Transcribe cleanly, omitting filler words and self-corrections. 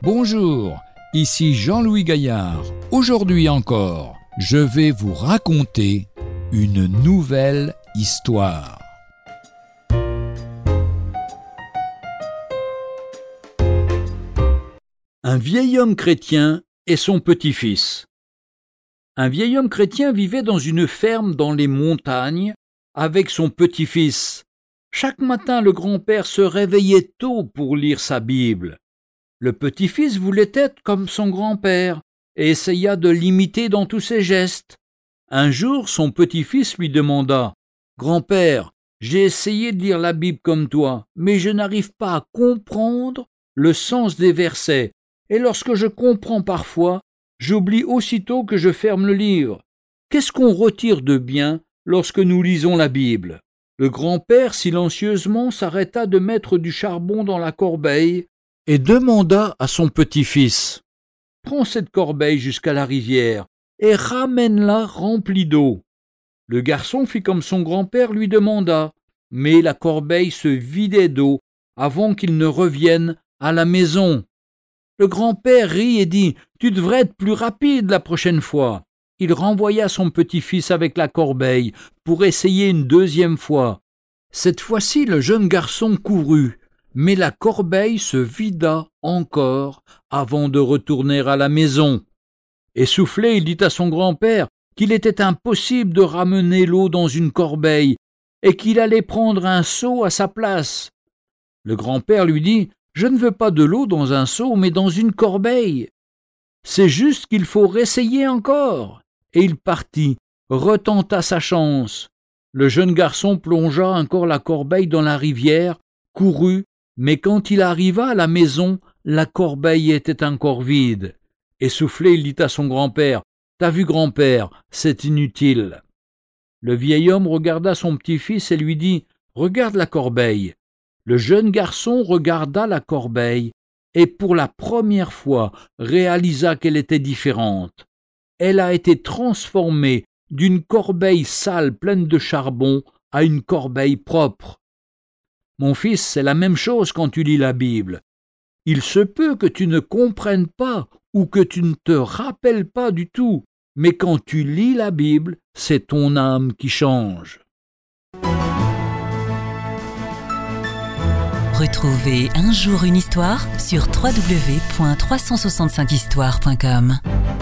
Bonjour, ici Jean-Louis Gaillard. Aujourd'hui encore, je vais vous raconter une nouvelle histoire. Un vieil homme chrétien et son petit-fils. Un vieil homme chrétien vivait dans une ferme dans les montagnes avec son petit-fils. Chaque matin, le grand-père se réveillait tôt pour lire sa Bible. Le petit-fils voulait être comme son grand-père et essaya de l'imiter dans tous ses gestes. Un jour, son petit-fils lui demanda « Grand-père, j'ai essayé de lire la Bible comme toi, mais je n'arrive pas à comprendre le sens des versets. Et lorsque je comprends parfois, j'oublie aussitôt que je ferme le livre. Qu'est-ce qu'on retire de bien lorsque nous lisons la Bible ?» Le grand-père silencieusement s'arrêta de mettre du charbon dans la corbeille et demanda à son petit-fils « Prends cette corbeille jusqu'à la rivière et ramène-la remplie d'eau. » Le garçon fit comme son grand-père lui demanda, mais la corbeille se vidait d'eau avant qu'il ne revienne à la maison. Le grand-père rit et dit « Tu devrais être plus rapide la prochaine fois. » Il renvoya son petit-fils avec la corbeille pour essayer une deuxième fois. Cette fois-ci, le jeune garçon courut, mais la corbeille se vida encore avant de retourner à la maison. Essoufflé, il dit à son grand-père qu'il était impossible de ramener l'eau dans une corbeille et qu'il allait prendre un seau à sa place. Le grand-père lui dit « Je ne veux pas de l'eau dans un seau, mais dans une corbeille. C'est juste qu'il faut réessayer encore. » Et il partit, retenta sa chance. Le jeune garçon plongea encore la corbeille dans la rivière, courut, mais quand il arriva à la maison, la corbeille était encore vide. Essoufflé, il dit à son grand-père « T'as vu, grand-père, c'est inutile. » Le vieil homme regarda son petit-fils et lui dit « Regarde la corbeille. » Le jeune garçon regarda la corbeille et pour la première fois réalisa qu'elle était différente. Elle a été transformée d'une corbeille sale pleine de charbon à une corbeille propre. Mon fils, c'est la même chose quand tu lis la Bible. Il se peut que tu ne comprennes pas ou que tu ne te rappelles pas du tout, mais quand tu lis la Bible, c'est ton âme qui change. Retrouvez Un jour une histoire sur www.365histoire.com.